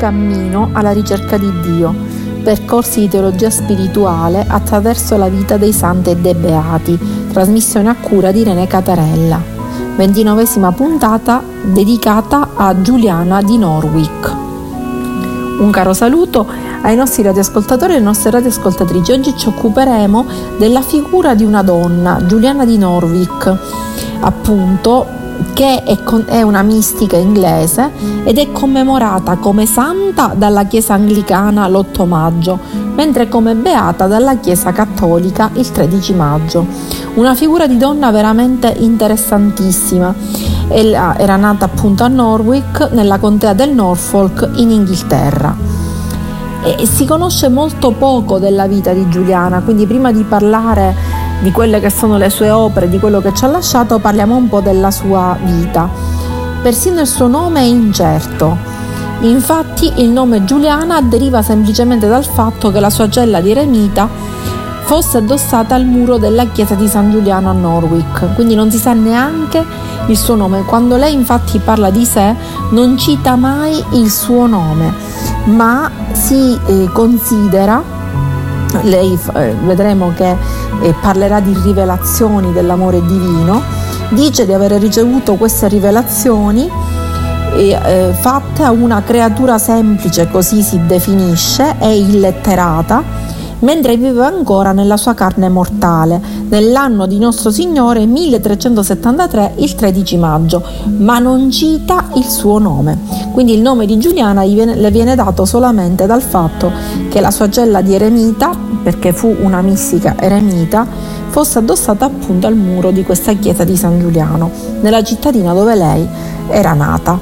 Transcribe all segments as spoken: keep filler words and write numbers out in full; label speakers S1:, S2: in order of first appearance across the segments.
S1: cammino alla ricerca di Dio, percorsi di teologia spirituale attraverso la vita dei santi e dei beati, trasmissione a cura di Irene Catarella, ventinovesima puntata dedicata a Giuliana di Norwich. Un caro saluto ai nostri radioascoltatori e alle nostre radioascoltatrici. Oggi ci occuperemo della figura di una donna, Giuliana di Norwich, appunto, che è, con, è una mistica inglese ed è commemorata come santa dalla Chiesa anglicana l'otto maggio, mentre come beata dalla Chiesa cattolica il tredici maggio. Una figura di donna veramente interessantissima. Ella era nata appunto a Norwich, nella contea del Norfolk, in Inghilterra. E si conosce molto poco della vita di Giuliana, quindi prima di parlare di quelle che sono le sue opere, di quello che ci ha lasciato, parliamo un po' della sua vita. Persino il suo nome è incerto. Infatti il nome Giuliana deriva semplicemente dal fatto che la sua cella di eremita fosse addossata al muro della chiesa di San Giuliano a Norwich, quindi non si sa neanche il suo nome. Quando lei infatti parla di sé non cita mai il suo nome, ma si eh, considera, lei eh, vedremo che eh, parlerà di rivelazioni dell'amore divino, dice di aver ricevuto queste rivelazioni eh, eh, fatte a una creatura semplice, così si definisce, e illetterata, mentre viveva ancora nella sua carne mortale, nell'anno di nostro Signore milletrecentosettantatré, il tredici maggio, ma non cita il suo nome. Quindi il nome di Giuliana gli viene, le viene dato solamente dal fatto che la sua cella di eremita, perché fu una mistica eremita, fosse addossata appunto al muro di questa chiesa di San Giuliano, nella cittadina dove lei era nata.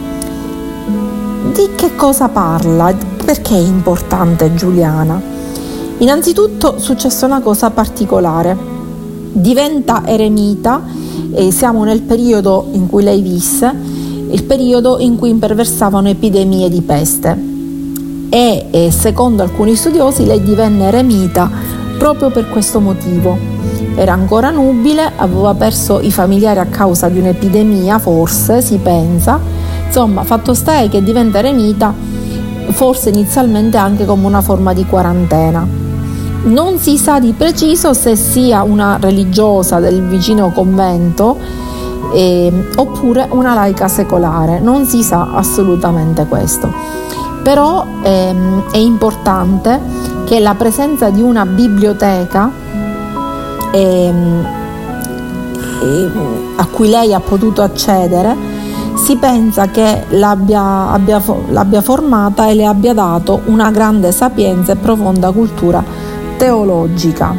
S1: Di che cosa parla? Perché è importante Giuliana? Innanzitutto successe una cosa particolare, diventa eremita e siamo nel periodo in cui lei visse, il periodo in cui imperversavano epidemie di peste e, e secondo alcuni studiosi lei divenne eremita proprio per questo motivo. Era ancora nubile, aveva perso i familiari a causa di un'epidemia, forse si pensa, insomma fatto sta è che diventa eremita forse inizialmente anche come una forma di quarantena. Non si sa di preciso se sia una religiosa del vicino convento eh, oppure una laica secolare, non si sa assolutamente questo. Però ehm, è importante che la presenza di una biblioteca ehm, eh, a cui lei ha potuto accedere, si pensa che l'abbia, abbia, l'abbia formata e le abbia dato una grande sapienza e profonda cultura teologica.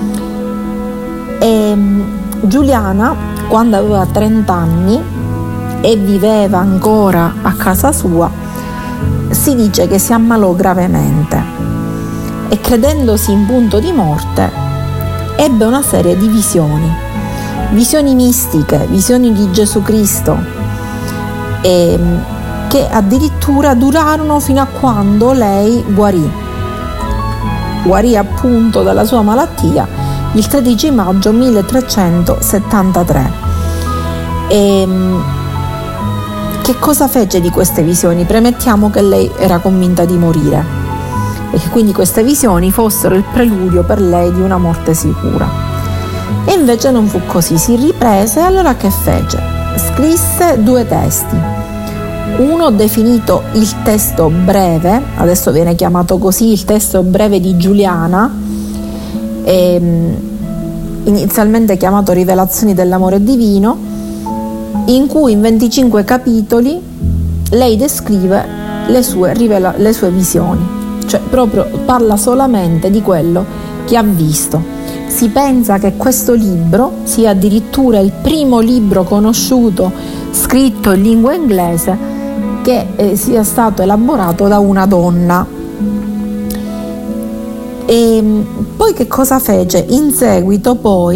S1: E Giuliana, quando aveva trenta anni e viveva ancora a casa sua, si dice che si ammalò gravemente e, credendosi in punto di morte, ebbe una serie di visioni, visioni mistiche, visioni di Gesù Cristo, e che addirittura durarono fino a quando lei guarì. Guarì appunto dalla sua malattia il tredici maggio milletrecentosettantatré. E che cosa fece di queste visioni? Premettiamo che lei era convinta di morire e che quindi queste visioni fossero il preludio per lei di una morte sicura. E invece non fu così, si riprese e allora che fece? Scrisse due testi. Uno definito il testo breve, adesso viene chiamato così il testo breve di Giuliana, ehm, inizialmente chiamato Rivelazioni dell'amore divino, in cui in venticinque capitoli lei descrive le sue, rivela- le sue visioni, cioè proprio parla solamente di quello che ha visto. Si pensa che questo libro sia addirittura il primo libro conosciuto scritto in lingua inglese che eh, sia stato elaborato da una donna. E poi che cosa fece? In seguito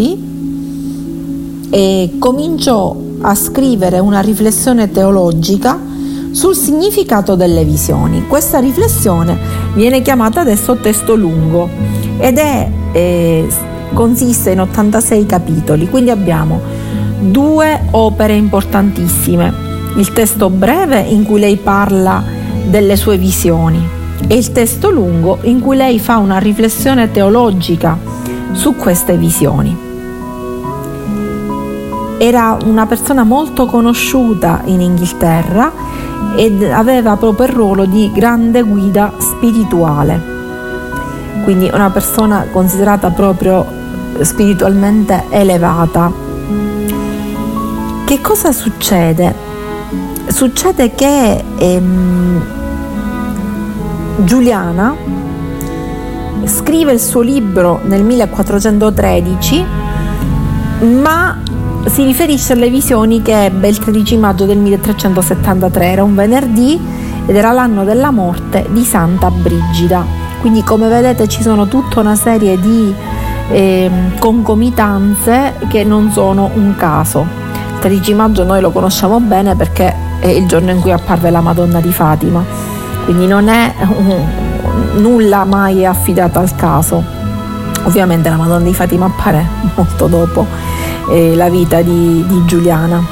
S1: poi eh, cominciò a scrivere una riflessione teologica sul significato delle visioni. Questa riflessione viene chiamata adesso testo lungo ed è eh, consiste in ottantasei capitoli, quindi abbiamo due opere importantissime: il testo breve in cui lei parla delle sue visioni e il testo lungo in cui lei fa una riflessione teologica su queste visioni. Era una persona molto conosciuta in Inghilterra ed aveva proprio il ruolo di grande guida spirituale, quindi una persona considerata proprio spiritualmente elevata. Che cosa succede? Succede che ehm, Giuliana scrive il suo libro nel millequattrocentotredici, ma si riferisce alle visioni che ebbe il tredici maggio del milletrecentosettantatré, era un venerdì ed era l'anno della morte di Santa Brigida. Quindi, come vedete, ci sono tutta una serie di eh, concomitanze che non sono un caso. Il tredici maggio noi lo conosciamo bene perché è il giorno in cui apparve la Madonna di Fatima, quindi non è um, nulla mai affidato al caso. Ovviamente la Madonna di Fatima appare molto dopo eh, la vita di, di Giuliana.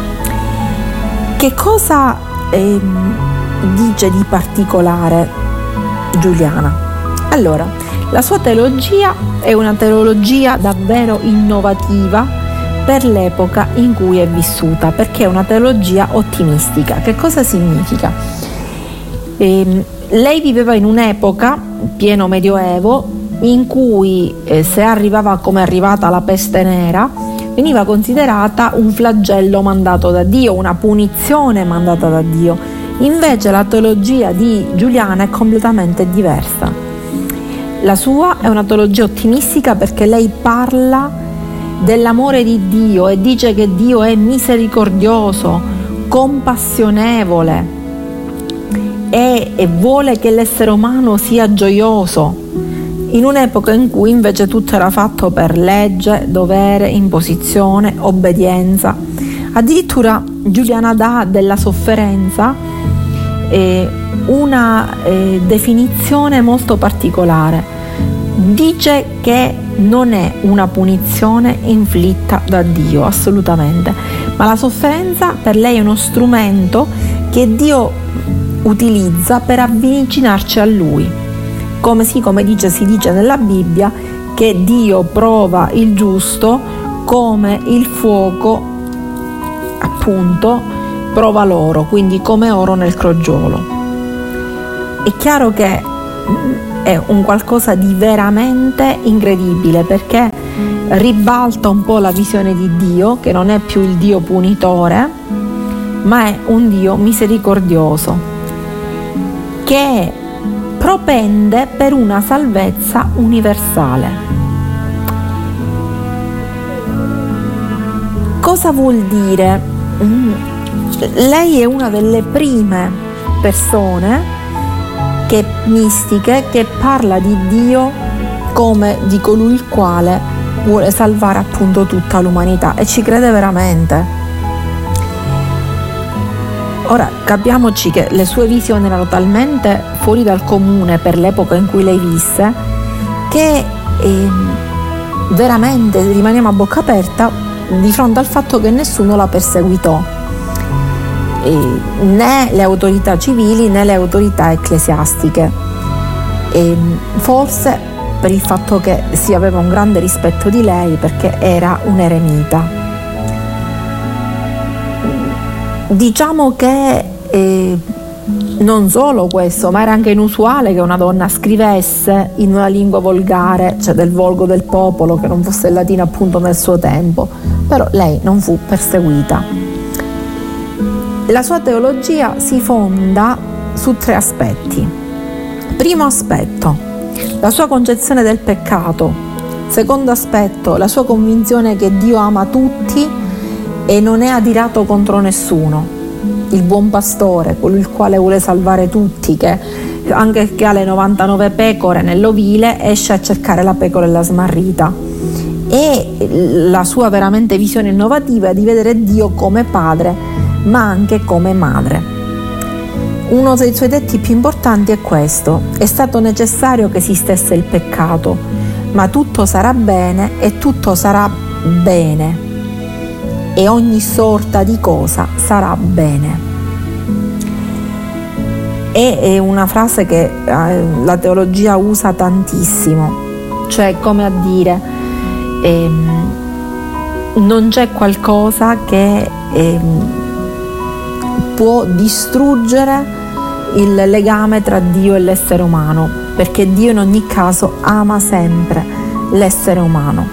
S1: Che cosa eh, dice di particolare Giuliana? Allora, la sua teologia è una teologia davvero innovativa per l'epoca in cui è vissuta, perché è una teologia ottimistica. Che cosa significa? Eh, lei viveva in un'epoca, pieno medioevo, in cui eh, se arrivava come è arrivata la peste nera, veniva considerata un flagello mandato da Dio, una punizione mandata da Dio. Invece la teologia di Giuliana è completamente diversa. La sua è una teologia ottimistica perché lei parla dell'amore di Dio e dice che Dio è misericordioso, compassionevole e, e vuole che l'essere umano sia gioioso, in un'epoca in cui invece tutto era fatto per legge, dovere, imposizione, obbedienza. Addirittura Giuliana dà della sofferenza eh, una eh, definizione molto particolare. Dice che non è una punizione inflitta da Dio, assolutamente, ma la sofferenza per lei è uno strumento che Dio utilizza per avvicinarci a Lui. Come, sì, come dice, si dice nella Bibbia che Dio prova il giusto come il fuoco, appunto, prova l'oro, quindi come oro nel crogiolo. È chiaro che è un qualcosa di veramente incredibile, perché ribalta un po' la visione di Dio, che non è più il Dio punitore, ma è un Dio misericordioso, che propende per una salvezza universale. Cosa vuol dire? Lei è una delle prime persone che mistiche che parla di Dio come di colui il quale vuole salvare appunto tutta l'umanità, e ci crede veramente. Ora capiamoci che le sue visioni erano talmente fuori dal comune per l'epoca in cui lei visse che eh, veramente rimaniamo a bocca aperta di fronte al fatto che nessuno la perseguitò, eh, né le autorità civili né le autorità ecclesiastiche, e forse per il fatto che si aveva un grande rispetto di lei perché era un eremita. Diciamo che eh, non solo questo, ma era anche inusuale che una donna scrivesse in una lingua volgare, cioè del volgo del popolo, che non fosse il latino appunto nel suo tempo, però lei non fu perseguita. La sua teologia si fonda su tre aspetti. Primo aspetto, la sua concezione del peccato. Secondo aspetto, la sua convinzione che Dio ama tutti e non è adirato contro nessuno, il buon pastore, colui il quale vuole salvare tutti, che anche che ha le novantanove pecore nell'ovile esce a cercare la pecora e la smarrita. E la sua veramente visione innovativa è di vedere Dio come padre, ma anche come madre. Uno dei suoi detti più importanti è questo: è stato necessario che esistesse il peccato, ma tutto sarà bene e tutto sarà bene, e ogni sorta di cosa sarà bene. è, è una frase che eh, la teologia usa tantissimo, cioè come a dire ehm, non c'è qualcosa che ehm, può distruggere il legame tra Dio e l'essere umano, perché Dio in ogni caso ama sempre l'essere umano.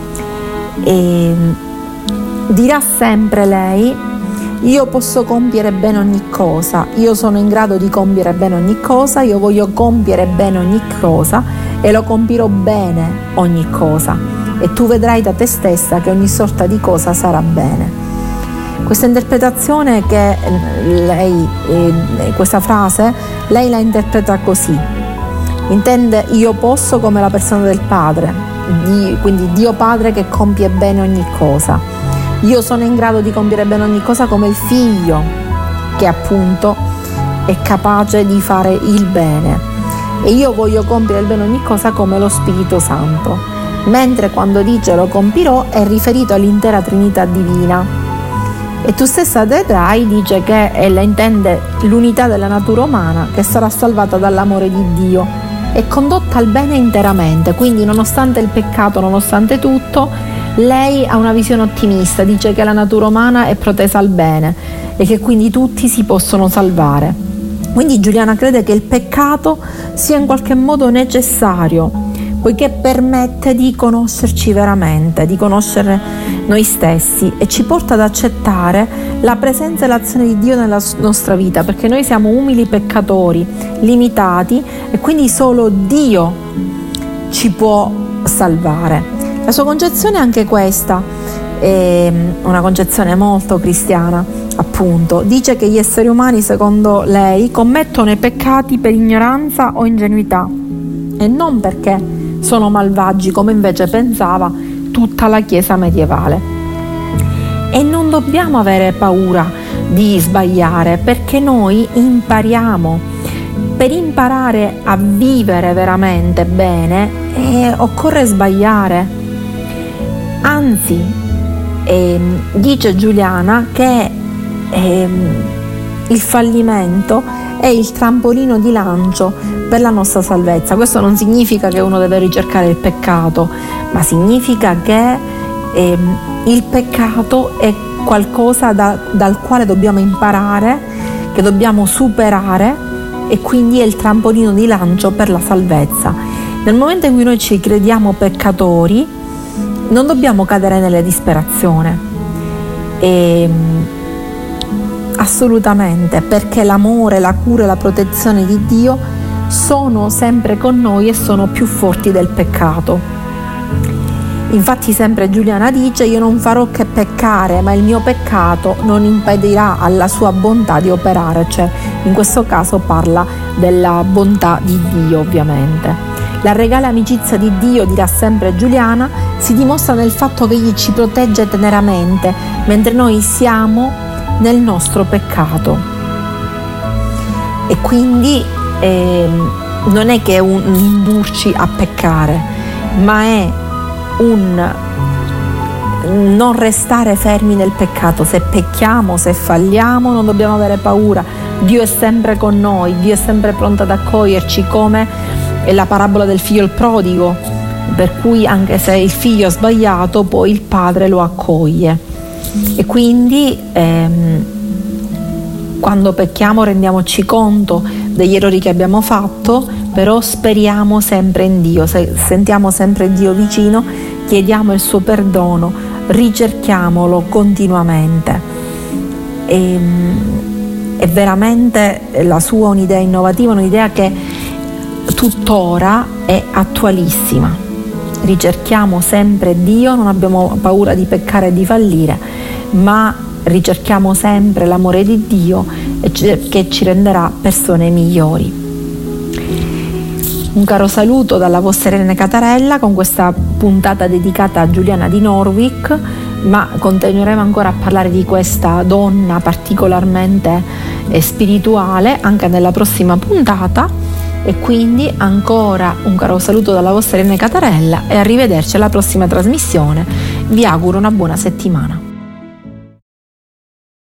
S1: E dirà sempre lei: io posso compiere bene ogni cosa, io sono in grado di compiere bene ogni cosa, io voglio compiere bene ogni cosa e lo compirò bene ogni cosa, e tu vedrai da te stessa che ogni sorta di cosa sarà bene. Questa interpretazione che lei, eh, questa frase, lei la interpreta così, intende io posso come la persona del Padre, di, quindi Dio Padre che compie bene ogni cosa. Io sono in grado di compiere bene ogni cosa come il Figlio, che appunto è capace di fare il bene, e io voglio compiere il bene ogni cosa come lo Spirito Santo, mentre quando dice lo compirò è riferito all'intera Trinità Divina. E tu stessa vedrai, dice che ella intende l'unità della natura umana che sarà salvata dall'amore di Dio e condotta al bene interamente. Quindi nonostante il peccato, nonostante tutto, lei ha una visione ottimista, dice che la natura umana è protesa al bene e che quindi tutti si possono salvare. Quindi Giuliana crede che il peccato sia in qualche modo necessario, poiché permette di conoscerci veramente, di conoscere noi stessi, e ci porta ad accettare la presenza e l'azione di Dio nella nostra vita, perché noi siamo umili peccatori, limitati, e quindi solo Dio ci può salvare. La sua concezione è anche questa, è una concezione molto cristiana, appunto. Dice che gli esseri umani, secondo lei, commettono i peccati per ignoranza o ingenuità, e non perché sono malvagi, come invece pensava tutta la Chiesa medievale. E non dobbiamo avere paura di sbagliare, perché noi impariamo. Per imparare a vivere veramente bene eh, occorre sbagliare. Anzi, eh, dice Giuliana che eh, il fallimento è il trampolino di lancio per la nostra salvezza. Questo non significa che uno deve ricercare il peccato, ma significa che eh, il peccato è qualcosa da, dal quale dobbiamo imparare, che dobbiamo superare, e quindi è il trampolino di lancio per la salvezza. Nel momento in cui noi ci crediamo peccatori, non dobbiamo cadere nella disperazione. E, assolutamente, perché l'amore, la cura e la protezione di Dio sono sempre con noi e sono più forti del peccato. Infatti sempre Giuliana dice: io non farò che peccare, ma il mio peccato non impedirà alla sua bontà di operare, cioè in questo caso parla della bontà di Dio, ovviamente. La regale amicizia di Dio, dirà sempre Giuliana, si dimostra nel fatto che egli ci protegge teneramente mentre noi siamo nel nostro peccato. E quindi eh, non è che è un indurci a peccare, ma è un non restare fermi nel peccato. Se pecchiamo, se falliamo, non dobbiamo avere paura. Dio è sempre con noi, Dio è sempre pronto ad accoglierci, come è la parabola del figlio il prodigo, per cui anche se il figlio ha sbagliato, poi il padre lo accoglie. E quindi ehm, quando pecchiamo rendiamoci conto degli errori che abbiamo fatto, però speriamo sempre in Dio, se sentiamo sempre Dio vicino, chiediamo il suo perdono, ricerchiamolo continuamente. E, è veramente la sua un'idea innovativa, un'idea che tuttora è attualissima. Ricerchiamo sempre Dio, non abbiamo paura di peccare e di fallire, ma ricerchiamo sempre l'amore di Dio che ci renderà persone migliori. Un caro saluto dalla vostra Irene Catarella con questa puntata dedicata a Giuliana di Norwich, ma continueremo ancora a parlare di questa donna particolarmente spirituale anche nella prossima puntata. E quindi ancora un caro saluto dalla vostra Irene Catarella e arrivederci alla prossima trasmissione. Vi auguro una buona settimana.